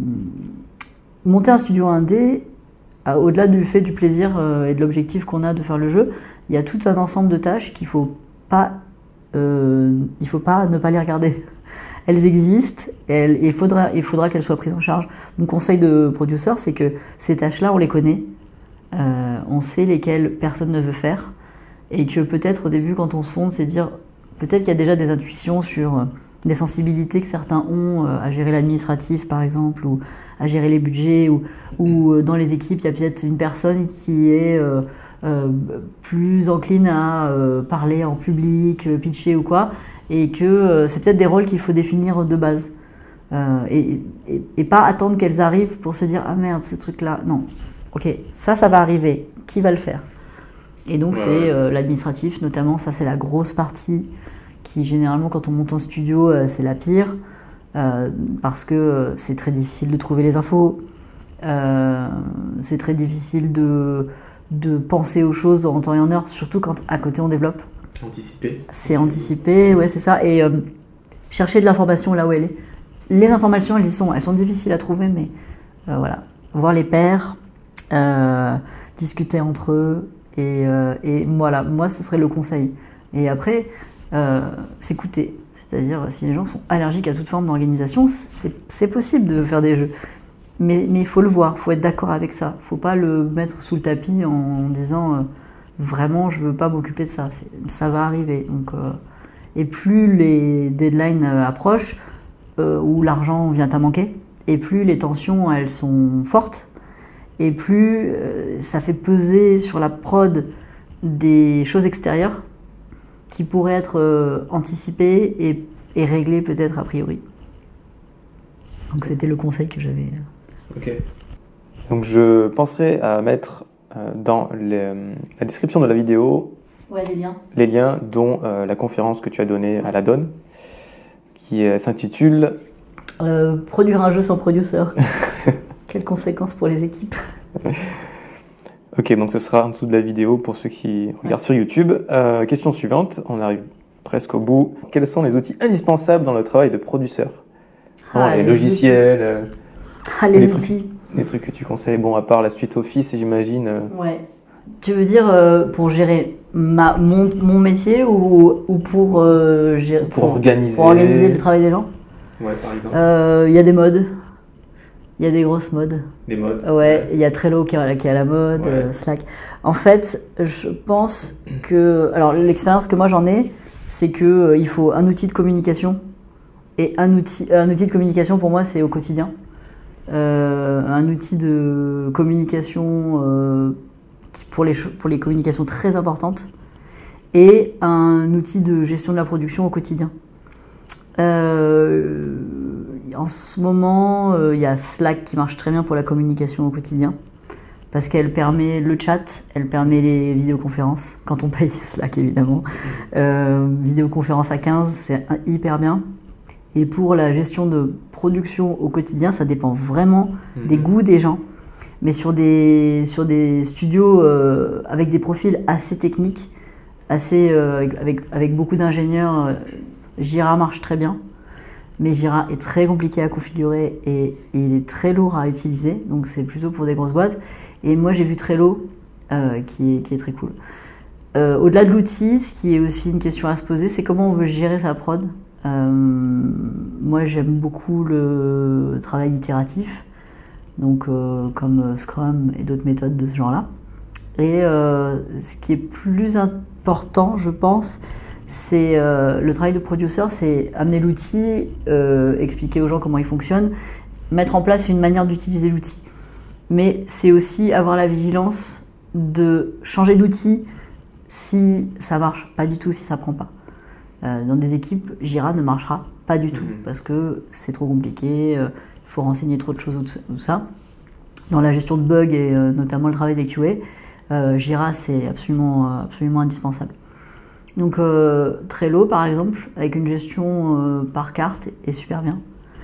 monter un studio indé, euh, au-delà du fait du plaisir euh, et de l'objectif qu'on a de faire le jeu, il y a tout un ensemble de tâches qu'il faut pas, euh, il faut pas ne pas les regarder. Elles existent et il faudra, il faudra qu'elles soient prises en charge. Mon conseil de producteur, c'est que ces tâches-là, on les connaît. Euh, on sait lesquelles personne ne veut faire et que peut-être au début quand on se fonde c'est dire peut-être qu'il y a déjà des intuitions sur euh, des sensibilités que certains ont euh, à gérer l'administratif par exemple ou à gérer les budgets ou, ou euh, dans les équipes il y a peut-être une personne qui est euh, euh, plus encline à euh, parler en public, euh, pitcher ou quoi et que euh, c'est peut-être des rôles qu'il faut définir de base euh, et, et, et pas attendre qu'elles arrivent pour se dire ah merde ce truc là, non. Ok, ça, ça va arriver. Qui va le faire? Et donc, ouais. c'est euh, l'administratif, notamment. Ça, c'est la grosse partie qui, généralement, quand on monte un studio, euh, c'est la pire. Euh, parce que euh, c'est très difficile de trouver les infos. Euh, c'est très difficile de, de penser aux choses en temps et en heure, surtout quand à côté, on développe. Anticiper. C'est anticiper, ouais, c'est ça. Et euh, chercher de l'information là où elle est. Les informations, elles y sont. Elles sont difficiles à trouver, mais euh, voilà. Voir les pairs. Euh, discuter entre eux et, euh, et voilà, moi ce serait le conseil. Et après, euh, s'écouter, c'est-à-dire si les gens sont allergiques à toute forme d'organisation, c'est possible de faire des jeux, mais, mais il faut le voir, il faut être d'accord avec ça, il ne faut pas le mettre sous le tapis en disant euh, vraiment je ne veux pas m'occuper de ça, ça va arriver. Donc, euh, et plus les deadlines approchent, euh, où l'argent vient à manquer, et plus les tensions elles sont fortes, et plus euh, ça fait peser sur la prod des choses extérieures qui pourraient être euh, anticipées et, et réglées peut-être a priori. Donc c'était le conseil que j'avais. Ok. Donc je penserai à mettre euh, dans les, la description de la vidéo ouais, les liens, les liens dont euh, la conférence que tu as donnée à la Donne, qui euh, s'intitule euh, Produire un jeu sans producer. Quelles conséquences pour les équipes? Ok, donc ce sera en dessous de la vidéo pour ceux qui regardent ouais. sur YouTube. Euh, question suivante, on arrive presque au bout. Quels sont les outils indispensables dans le travail de producteur? ah, Les, les logiciels, euh, ah, les, les outils. Trucs, les trucs que tu conseilles, bon, à part la suite Office, j'imagine. Euh... Ouais. Tu veux dire euh, pour gérer ma, mon, mon métier ou, ou pour, euh, gérer, pour, pour, organiser... pour organiser le travail des gens? Ouais, par exemple. Il euh, y a des modes. Il y a des grosses modes. Des modes. Ouais, il ouais. y a Trello qui est à la, qui est à la mode, ouais. euh, Slack. En fait, je pense que... Alors, l'expérience que moi j'en ai, c'est qu'il euh, faut un outil de communication. Et un outil, un outil de communication, pour moi, c'est au quotidien. Euh, un outil de communication euh, qui, pour, les, pour les communications très importantes. Et un outil de gestion de la production au quotidien. Euh, en ce moment, il euh, y a Slack qui marche très bien pour la communication au quotidien parce qu'elle permet le chat, elle permet les vidéoconférences, quand on paye Slack évidemment. Euh, vidéoconférence à quinze, c'est hyper bien. Et pour la gestion de production au quotidien, ça dépend vraiment mmh. des goûts des gens. Mais sur des, sur des studios euh, avec des profils assez techniques, assez, euh, avec, avec beaucoup d'ingénieurs, euh, Jira marche très bien, mais Jira est très compliqué à configurer et, et il est très lourd à utiliser, donc c'est plutôt pour des grosses boîtes. Et moi j'ai vu Trello, euh, qui, est, qui est très cool. Euh, au-delà de l'outil, ce qui est aussi une question à se poser, c'est comment on veut gérer sa prod. Euh, moi j'aime beaucoup le travail itératif, donc euh, comme Scrum et d'autres méthodes de ce genre-là. Et euh, ce qui est plus important, je pense, c'est euh, le travail de producer, c'est amener l'outil, euh, expliquer aux gens comment il fonctionne, mettre en place une manière d'utiliser l'outil. Mais c'est aussi avoir la vigilance de changer d'outil si ça marche, pas du tout si ça prend pas. Euh, dans des équipes, Jira ne marchera pas du tout mmh. parce que c'est trop compliqué, il euh, faut renseigner trop de choses ou tout ça. Dans la gestion de bugs et euh, notamment le travail des Q A, euh, Jira c'est absolument, absolument indispensable. Donc euh, Trello par exemple, avec une gestion euh, par carte est super bien.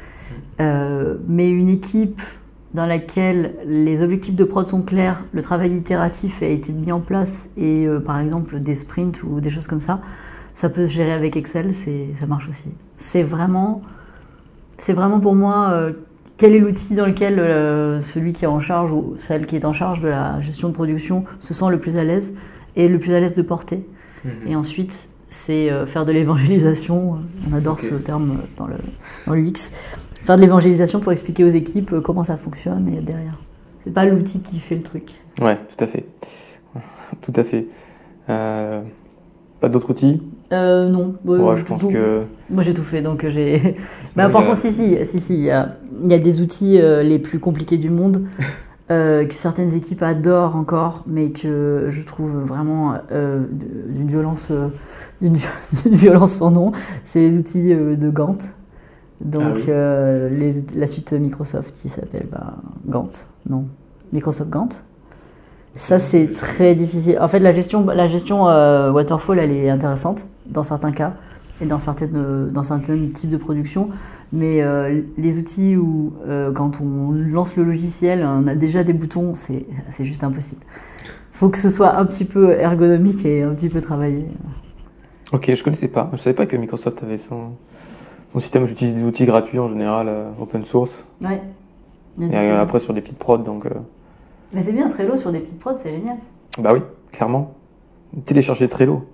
Euh, mais une équipe dans laquelle les objectifs de prod sont clairs, le travail itératif a été mis en place et euh, par exemple des sprints ou des choses comme ça, ça peut se gérer avec Excel, c'est, ça marche aussi. C'est vraiment, c'est vraiment pour moi euh, quel est l'outil dans lequel euh, celui qui est en charge ou celle qui est en charge de la gestion de production se sent le plus à l'aise et le plus à l'aise de porter. Mmh. Et ensuite, c'est euh, faire de l'évangélisation. On adore okay. ce terme dans le, dans l'U X. Faire de l'évangélisation pour expliquer aux équipes comment ça fonctionne et derrière. C'est pas l'outil qui fait le truc. Ouais, tout à fait. Tout à fait. Euh, pas d'autres outils euh, Non. Ouais, ouais, je pense tout. que... Moi, j'ai tout fait, donc j'ai... Mais par contre, si, si, si, si, il y a, il y a des outils euh, les plus compliqués du monde euh, que certaines équipes adorent encore, mais que je trouve vraiment euh, d'une violence, euh, d'une, d'une violence sans nom. C'est les outils euh, de Gantt. Donc, ah oui. euh, les, la suite Microsoft qui s'appelle bah, Gantt, non, Microsoft Gantt. Ça, c'est très difficile. En fait, la gestion, la gestion euh, waterfall, elle est intéressante dans certains cas et dans certaines, dans certains types de production. Mais euh, les outils où, euh, quand on lance le logiciel, on a déjà des boutons, c'est, c'est juste impossible. Il faut que ce soit un petit peu ergonomique et un petit peu travaillé. Ok, je connaissais pas. Je savais pas que Microsoft avait son... Mon système, j'utilise des outils gratuits en général, euh, open source. Ouais. Et euh, après sur des petites prods, donc. Euh... Mais c'est bien, Trello sur des petites prods, c'est génial. Bah oui, clairement. Télécharger Trello.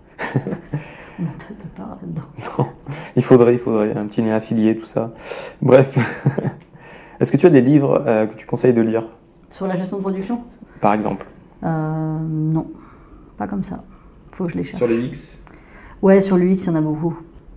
On n'a pas de part là-dedans. Non, il faudrait, il faudrait un petit lien affilié, tout ça. Bref. Est-ce que tu as des livres euh, que tu conseilles de lire ? Sur la gestion de production ? Par exemple. Euh, non, pas comme ça. Faut que je les cherche. Sur l'U X ? Ouais, sur l'U X, il y en a beaucoup.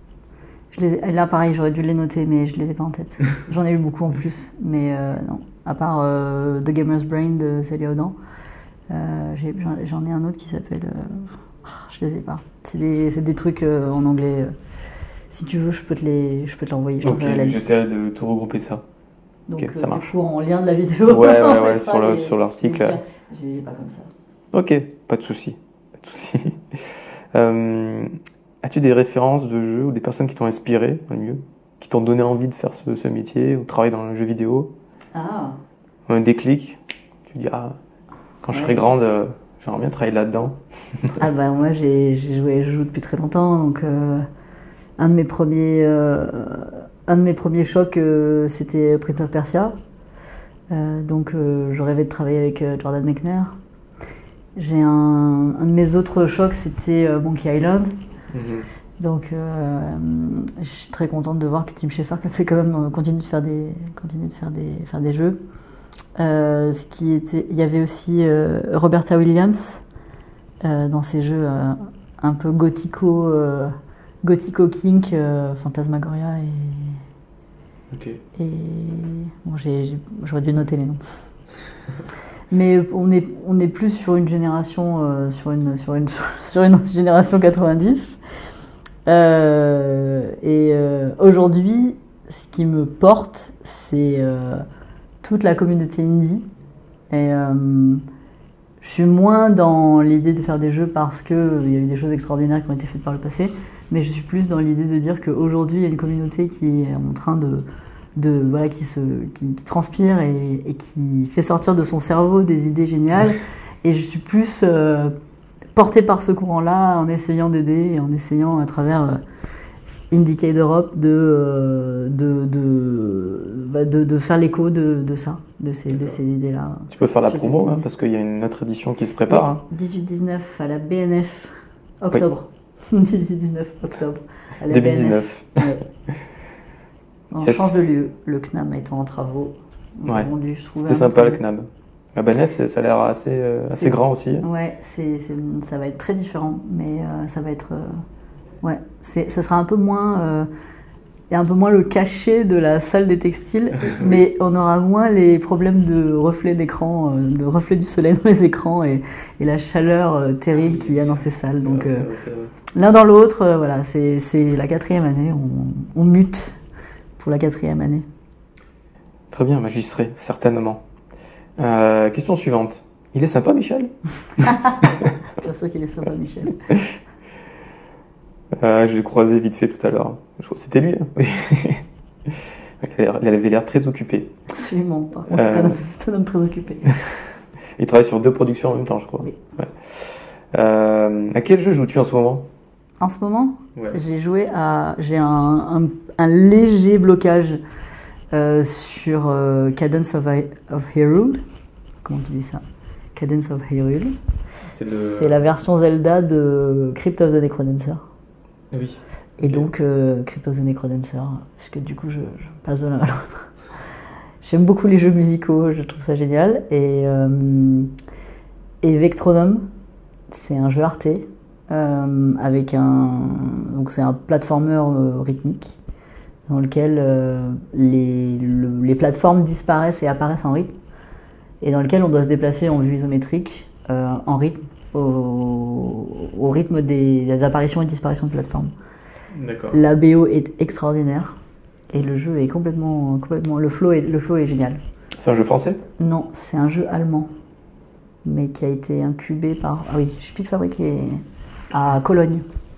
Je les, là, pareil, j'aurais dû les noter, mais je les ai pas en tête. J'en ai eu beaucoup en plus, mais euh, non. À part euh, The Gamer's Brain de Célia Audan, euh, j'ai, j'en, j'en ai un autre qui s'appelle euh, Je les ai pas. C'est des, c'est des trucs euh, en anglais. Si tu veux, je peux te les, je peux te l'envoyer. Je Ok, la liste. j'essaierai de tout regrouper ça. Donc, Ok, ça euh, marche. Du coup, en lien de la vidéo. Ouais, ouais, ouais, sur, le, les, sur l'article. Je les ai pas comme ça. Ok, pas de souci. Pas de souci. euh, as-tu des références de jeux ou des personnes qui t'ont inspiré, au mieux, qui t'ont donné envie de faire ce, ce métier ou travailler dans le jeu vidéo? Ah. Un déclic. Tu dis, ah, quand ouais. je serai grande, euh, j'aimerais bien travailler là-dedans. Ah bah moi j'ai, j'ai joué, je joue depuis très longtemps, donc euh, un de mes premiers, euh, un de mes premiers chocs euh, c'était Prince of Persia. Euh, donc euh, je rêvais de travailler avec euh, Jordan Mechner. J'ai un, un de mes autres chocs c'était euh, Monkey Island. Mm-hmm. Donc euh, je suis très contente de voir que Tim Schafer qui a fait quand même euh, continue de faire des, continue de faire des, faire des jeux. Euh, ce qui était, il y avait aussi euh, Roberta Williams euh, dans ses jeux euh, un peu gothico, euh, gothico kink, euh, Phantasmagoria et okay. et bon, j'ai, j'ai, j'aurais dû noter les noms. Mais on est on est plus sur une génération euh, sur une sur une sur une génération quatre-vingt-dix euh, et euh, aujourd'hui ce qui me porte c'est euh, toute la communauté indie. Et euh, je suis moins dans l'idée de faire des jeux parce qu'il y a eu des choses extraordinaires qui ont été faites par le passé, mais je suis plus dans l'idée de dire qu'aujourd'hui, il y a une communauté qui est en train de... de voilà, qui, se, qui, qui transpire et, et qui fait sortir de son cerveau des idées géniales. Et je suis plus euh, portée par ce courant-là en essayant d'aider et en essayant à travers... Euh, Indiecade Europe de, de, de, de, de faire l'écho de, de ça, de ces, de ces idées-là. Tu peux faire la promo, hein, parce qu'il y a une autre édition qui se prépare. Hein. dix-huit dix-neuf à la B N F, octobre. Oui. dix-huit dix-neuf octobre. À la deux mille dix-neuf. B N F. Ouais. On yes. change de lieu, le C N A M étant en travaux. Ouais. C'était sympa le C N A M. La B N F, ça a l'air assez, euh, assez grand aussi. Ouais, c'est, c'est, ça va être très différent, mais euh, ça va être... Euh, Ouais, c'est, ça sera un peu moins, euh, et un peu moins le cachet de la salle des textiles, mais on aura moins les problèmes de reflets d'écran, euh, de reflets du soleil dans les écrans et, et la chaleur euh, terrible qu'il y a dans ces salles. C'est Donc, vrai, euh, c'est vrai, c'est vrai. L'un dans l'autre, euh, voilà, c'est, c'est la quatrième année, on, on mute pour la quatrième année. Très bien, bah, j'y serai certainement. Euh, question suivante. Il est sympa, Michel? Bien sûr qu'il est sympa, Michel. Euh, je l'ai croisé vite fait tout à l'heure. Je crois que c'était lui. Hein. Oui. Il avait l'air très occupé. Absolument. Par contre, euh... c'est, un homme, c'est un homme très occupé. Il travaille sur deux productions en même temps, je crois. Oui. Ouais. Euh, à quel jeu joues-tu en ce moment? En ce moment, ouais. j'ai joué à. J'ai un, un, un léger blocage euh, sur euh, Cadence of, of Hyrule. Comment tu dis ça? Cadence of Hyrule. C'est, le... c'est la version Zelda de Crypt of the Necrodancer. Oui. Et okay. donc, euh, Crypt of the Necrodancer, puisque du coup, je, je passe de l'un à l'autre. J'aime beaucoup les jeux musicaux, je trouve ça génial. Et, euh, et Vectronome, c'est un jeu Arte, euh, avec un... Donc, c'est un platformer euh, rythmique, dans lequel euh, les, le, les plateformes disparaissent et apparaissent en rythme, et dans lequel on doit se déplacer en vue isométrique, euh, en rythme, Au, au rythme des, des apparitions et disparitions de plateformes. D'accord. La B O est extraordinaire et le jeu est complètement, complètement le flow est, le flow est génial. C'est un jeu français? Non, c'est un jeu allemand, mais qui a été incubé par ah oui, Spielfabrik est à Cologne.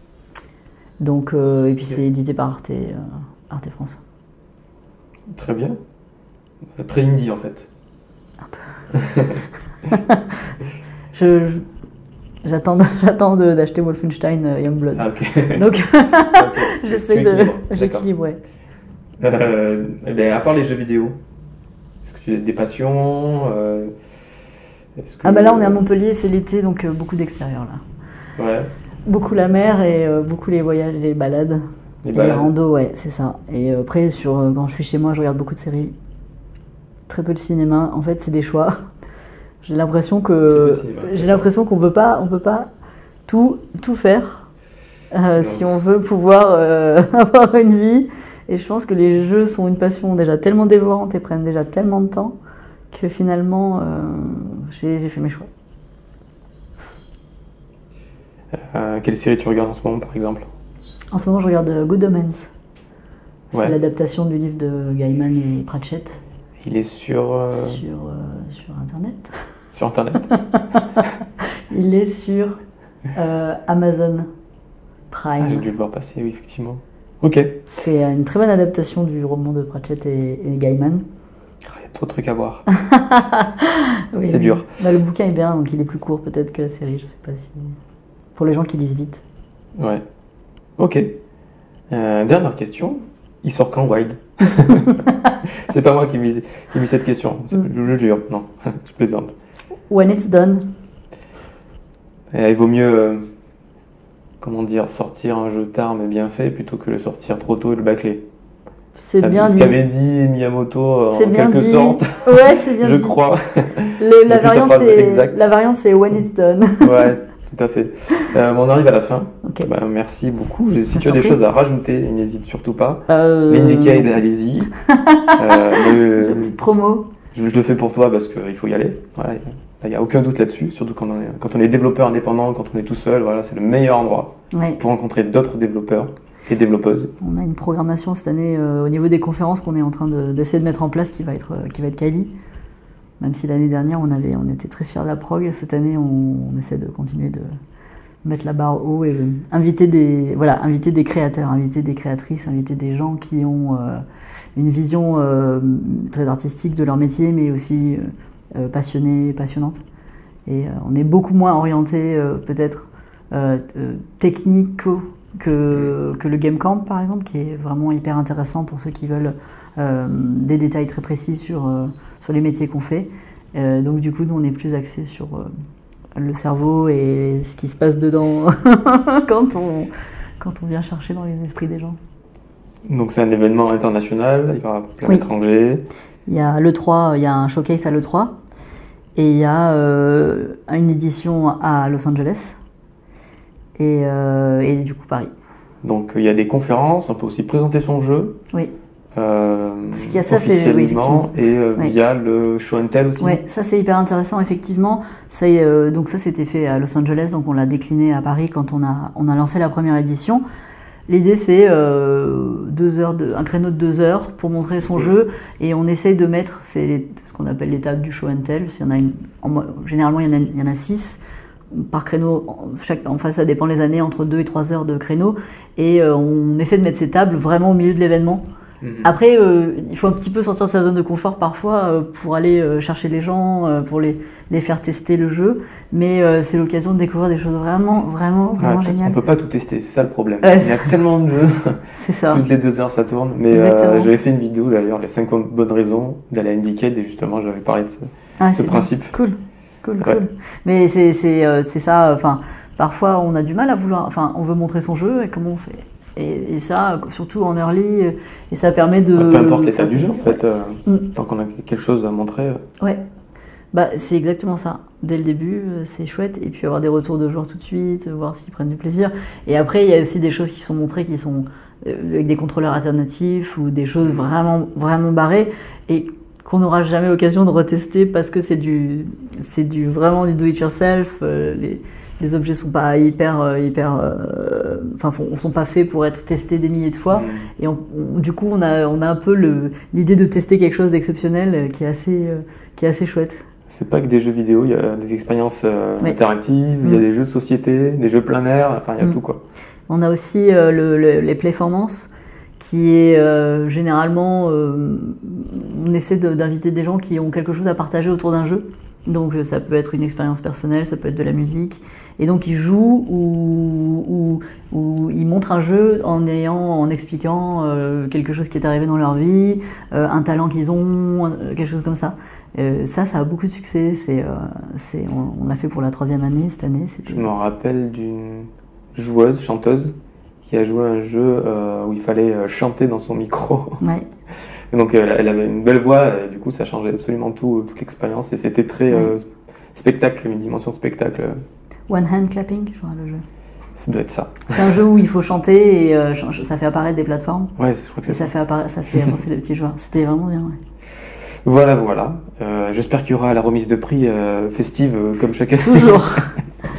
Donc euh, et puis okay. c'est édité par Arte, euh, Arte France. Très bien. Très indie en fait. Un peu. je, je J'attends, j'attends de, d'acheter Wolfenstein euh, Youngblood. Ah, ok. Donc, okay. j'essaie de. J'équilibre, ouais. Euh, eh bien, à part les jeux vidéo, est-ce que tu as des passions euh, est-ce que... Ah, bah là, on est à Montpellier, c'est l'été, donc euh, beaucoup d'extérieur là. Ouais. Beaucoup la mer et euh, beaucoup les voyages, les balades. Les, balades. les randos, ouais, c'est ça. Et euh, après, sur, euh, quand je suis chez moi, je regarde beaucoup de séries. Très peu de cinéma. En fait, c'est des choix. J'ai l'impression que j'ai l'impression qu'on peut pas on peut pas tout tout faire euh, si on veut pouvoir euh, avoir une vie. Et je pense que les jeux sont une passion déjà tellement dévorante et prennent déjà tellement de temps que finalement euh, j'ai, j'ai fait mes choix. Euh, quelle série tu regardes en ce moment, par exemple? En ce moment, je regarde Good Omens. C'est Ouais. l'adaptation du livre de Gaiman et Pratchett. Il est sur... euh, Sur, euh, sur Internet. Sur Internet. Il est sur euh, Amazon Prime. Ah, j'ai dû le voir passer, oui, effectivement. Ok. C'est une très bonne adaptation du roman de Pratchett et, et Gaiman. Il y a trop de trucs à voir. Oui, C'est oui. dur. Bah, le bouquin est bien, donc il est plus court peut-être que la série, je sais pas si... Pour les gens qui lisent vite. Ouais. Ok. Euh, dernière question. Il sort quand Wild? C'est pas moi qui mis, qui mis cette question. Je Mm. le jure. Non, je plaisante. When it's done. Et il vaut mieux, euh, comment dire, sortir un jeu tard mais bien fait plutôt que le sortir trop tôt et le bâcler. C'est bien Ce dit. qu'avait dit Miyamoto euh, en C'est bien quelque dit. sorte, Ouais, c'est bien je dit. crois. Le- la, J'ai plus sa variante, phrase c'est, exacte. la variante, c'est when it's done. Ouais, tout à fait. Euh, on arrive à la fin. Ok. Bah, merci beaucoup. Si Je tu as t'en des prie. choses à rajouter, n'hésite surtout pas. Euh, L'Indicade, allez-y. Euh, le- Petite promo. je, je le fais pour toi parce qu'il faut y aller. Voilà, il n'y a aucun doute là-dessus. Surtout quand on, est, quand on est développeur indépendant, quand on est tout seul, voilà, c'est le meilleur endroit Ouais. pour rencontrer d'autres développeurs et développeuses. On a une programmation cette année euh, au niveau des conférences qu'on est en train de- d'essayer de mettre en place qui va être, euh, qui va être quali. Même si l'année dernière on, avait, on était très fiers de la prog, cette année on, on essaie de continuer de mettre la barre haut et euh, inviter, des, voilà, inviter des créateurs, inviter des créatrices, inviter des gens qui ont euh, une vision euh, très artistique de leur métier mais aussi euh, euh, passionnée, passionnante. Et euh, on est beaucoup moins orienté euh, peut-être euh, euh, technico que, que le Game Camp par exemple, qui est vraiment hyper intéressant pour ceux qui veulent euh, des détails très précis sur, euh, sur les métiers qu'on fait. Euh, donc du coup, nous on est plus axé sur euh, le cerveau et ce qui se passe dedans quand, on, quand on vient chercher dans les esprits des gens. Donc c'est un événement international, il y aura plein Oui. d'étrangers. Il y a l'E trois, il y a un showcase à l'E trois et il y a euh, une édition à Los Angeles et, euh, et du coup Paris. Donc il y a des conférences, on peut aussi présenter son jeu. Oui. Euh, Parce qu'il y a ça, c'est- oui, officiellement et euh, Oui. via le show and tell aussi. Ouais, ça c'est hyper intéressant effectivement. Ça, euh, donc ça c'était fait à Los Angeles, donc on l'a décliné à Paris quand on a on a lancé la première édition. L'idée c'est euh, deux heures de, un créneau de deux heures pour montrer son Cool. jeu et on essaye de mettre c'est les- ce qu'on appelle l'étape du show and tell. S'il y en a une, en mo- généralement il y en a il y en a six par créneau. En- Chaque, enfin ça dépend les années entre deux et trois heures de créneau et euh, on essaie de mettre ces tables vraiment au milieu de l'événement. Mhm. Après, euh, il faut un petit peu sortir de sa zone de confort parfois euh, pour aller euh, chercher les gens, euh, pour les, les faire tester le jeu. Mais euh, c'est l'occasion de découvrir des choses vraiment, vraiment, Ouais, vraiment on géniales. peut pas tout tester, c'est ça le problème. Ouais, il y a c'est- tellement de jeux, C'est ça. toutes les deux heures ça tourne. Mais euh, Exactement. j'avais fait une vidéo d'ailleurs, les cinq bonnes raisons d'aller à Indicade et justement j'avais parlé de ce, Ah, ce c'est principe. bien. Cool, cool, Ouais. cool. Mais c'est c'est euh, c'est ça. Enfin, parfois on a du mal à vouloir. Enfin, on veut montrer son jeu et comment on fait. Et, et ça, surtout en early, euh, et ça permet de. Peu importe l'état du jeu en fait, euh, Mm. tant qu'on a quelque chose à montrer. euh, Ouais, bah, c'est exactement ça. Dès le début, euh, c'est chouette. Et puis avoir des retours de joueurs tout de suite, euh, voir s'ils prennent du plaisir. Et après, il y a aussi des choses qui sont montrées qui sont euh, avec des contrôleurs alternatifs ou des choses vraiment, vraiment barrées et qu'on n'aura jamais l'occasion de retester parce que c'est du, c'est du, vraiment du do-it-yourself. euh, les, les objets sont pas hyper, euh, hyper, euh, enfin, font- sont pas faits pour être testés des milliers de fois. mm. Et on- on- du coup, on a, on a un peu le- l'idée de tester quelque chose d'exceptionnel euh, qui est assez, euh, qui est assez chouette. C'est pas que des jeux vidéo, il y a des expériences euh, Oui. interactives, il y a Mm. des jeux de société, des jeux plein air, enfin il y a Mm. tout quoi. On a aussi euh, le, le- les playformances, qui est euh, généralement, euh, on essaie de- d'inviter des gens qui ont quelque chose à partager autour d'un jeu. Donc euh, ça peut être une expérience personnelle, ça peut être de la musique. Et donc ils jouent ou, ou, ou ils montrent un jeu en ayant, en expliquant euh, quelque chose qui est arrivé dans leur vie, euh, un talent qu'ils ont, euh, quelque chose comme ça. Euh, ça, ça a beaucoup de succès. C'est, euh, c'est, on, on l'a fait pour la troisième année cette année. C'était... Je me rappelle d'une joueuse, chanteuse, qui a joué à un jeu euh, où il fallait euh, chanter dans son micro. Ouais. Et donc elle, elle avait une belle voix, et du coup ça changeait absolument tout, toute l'expérience, et c'était très euh, spectacle, une dimension spectacle. One hand clapping, je crois, le jeu. Ça doit être ça. C'est un jeu où il faut chanter et euh, ch- ça fait apparaître des plateformes Ouais, je crois que et c'est ça ça. fait apparaître, ça fait avancer les petits joueurs. C'était vraiment bien. Ouais. Voilà, voilà. Euh, J'espère qu'il y aura la remise de prix euh, festive euh, comme chaque année. Toujours.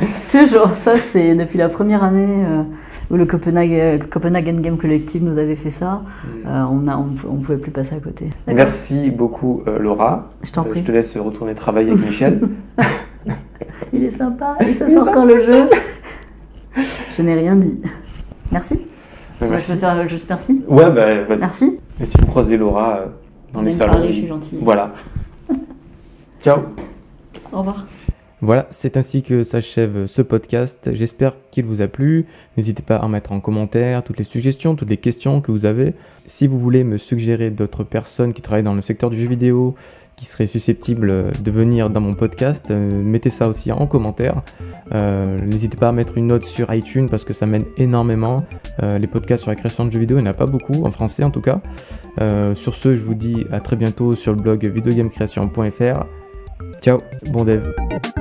Toujours, ça c'est depuis la première année euh, où le Copenhagen, Copenhagen Game Collective nous avait fait ça, mmh. euh, on a, on ne pouvait plus passer à côté. Merci beaucoup euh, Laura. Je t'en prie. Euh, je te laisse retourner travailler avec Michel. Il est sympa, et ça sort quand le jeu. Je n'ai rien dit. Merci. Bah, merci. Je peux faire juste merci. Ouais, bah vas-y. Merci. Et si vous croisez Laura euh, dans les salons. Parler, je suis gentille. Voilà. Ciao. Au revoir. Voilà, c'est ainsi que s'achève ce podcast. J'espère qu'il vous a plu. N'hésitez pas à mettre en commentaire toutes les suggestions, toutes les questions que vous avez. Si vous voulez me suggérer d'autres personnes qui travaillent dans le secteur du jeu vidéo, qui seraient susceptibles de venir dans mon podcast, euh, mettez ça aussi en commentaire. Euh, n'hésitez pas à mettre une note sur iTunes parce que ça m'aide énormément. Euh, les podcasts sur la création de jeux vidéo, il n'y en a pas beaucoup, en français en tout cas. Euh, sur ce, je vous dis à très bientôt sur le blog videogamecreation point f r. Ciao, bon dev.